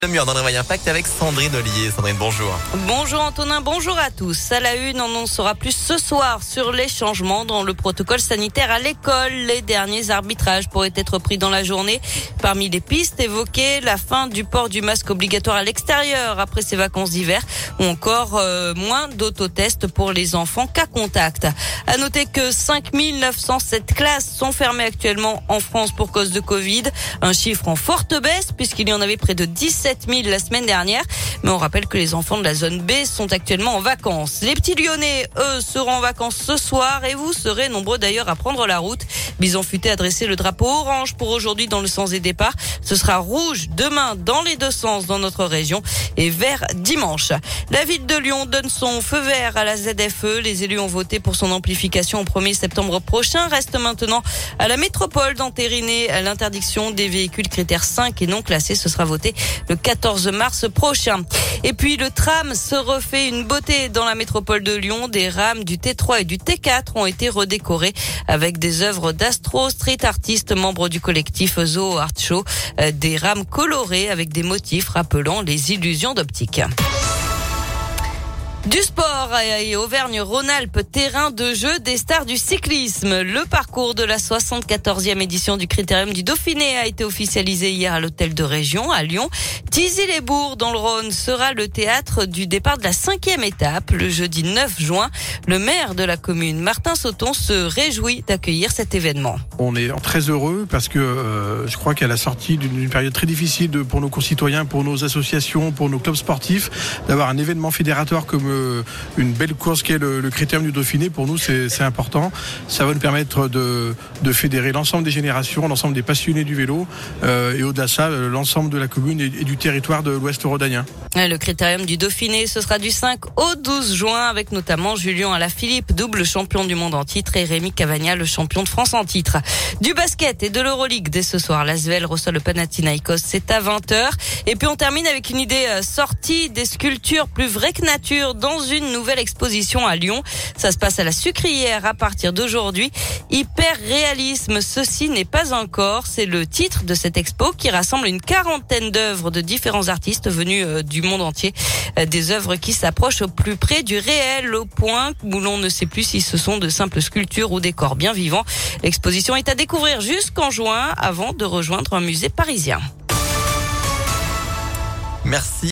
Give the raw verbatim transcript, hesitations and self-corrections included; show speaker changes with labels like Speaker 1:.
Speaker 1: Le mur dans le Réveil Impact avec Sandrine Ollier. Sandrine, bonjour.
Speaker 2: Bonjour Antonin, bonjour à tous. À la une, on en saura plus ce soir sur les changements dans le protocole sanitaire à l'école. Les derniers arbitrages pourraient être pris dans la journée. Parmi les pistes évoquées, la fin du port du masque obligatoire à l'extérieur après ces vacances d'hiver ou encore euh, moins d'autotests pour les enfants cas contact. À noter que cinq mille neuf cent sept classes sont fermées actuellement en France pour cause de Covid. Un chiffre en forte baisse puisqu'il y en avait près de dix-sept mille la semaine dernière. Mais on rappelle que les enfants de la zone B sont actuellement en vacances. Les petits Lyonnais, eux, seront en vacances ce soir et vous serez nombreux d'ailleurs à prendre la route. Bison Futé a dressé le drapeau orange pour aujourd'hui dans le sens des départs. Ce sera rouge demain dans les deux sens dans notre région et vert dimanche. La ville de Lyon donne son feu vert à la Z F E. Les élus ont voté pour son amplification au premier septembre prochain. Reste maintenant à la métropole d'entériner l'interdiction des véhicules critères cinq et non classés. Ce sera voté le quatorze mars prochain. Et puis le tram se refait une beauté dans la métropole de Lyon. Des rames du T trois et du T quatre ont été redécorées avec des œuvres d'astro street artistes membres du collectif Zoo Art Show. Des rames colorées avec des motifs rappelant les illusions d'optique. Du sport et Auvergne-Rhône-Alpes, terrain de jeu des stars du cyclisme. Le parcours de la soixante-quatorzième édition du Critérium du Dauphiné a été officialisé hier à l'hôtel de région à Lyon. Thizy-les-Bourgs dans le Rhône sera le théâtre du départ de la cinquième étape le jeudi neuf juin. Le maire de la commune, Martin Sauton, se réjouit d'accueillir cet événement.
Speaker 3: On est très heureux parce que euh, je crois qu'à la sortie d'une période très difficile de, pour nos concitoyens, pour nos associations, pour nos clubs sportifs, d'avoir un événement fédérateur comme une belle course qui est le, le Critérium du Dauphiné, pour nous c'est, c'est important. Ça va nous permettre de, de fédérer l'ensemble des générations, l'ensemble des passionnés du vélo euh, et au-delà de ça, l'ensemble de la commune et, et du territoire de l'Ouest rhodanien.
Speaker 2: Le Critérium du Dauphiné, ce sera du cinq au douze juin avec notamment Julien Alaphilippe, double champion du monde en titre, et Rémi Cavagna, le champion de France en titre. Du basket et de l'Euroleague dès ce soir. L'Asvel reçoit le Panathinaikos, c'est à vingt heures. Et puis on termine avec une idée sortie des sculptures plus vraies que nature dans une nouvelle exposition à Lyon. Ça se passe à la Sucrière à partir d'aujourd'hui. Hyper réalisme, ceci n'est pas un corps. C'est le titre de cette expo qui rassemble une quarantaine d'œuvres de différents artistes venus du monde entier. Des œuvres qui s'approchent au plus près du réel, au point où l'on ne sait plus si ce sont de simples sculptures ou des corps bien vivants. L'exposition est à découvrir jusqu'en juin avant de rejoindre un musée parisien.
Speaker 1: Merci.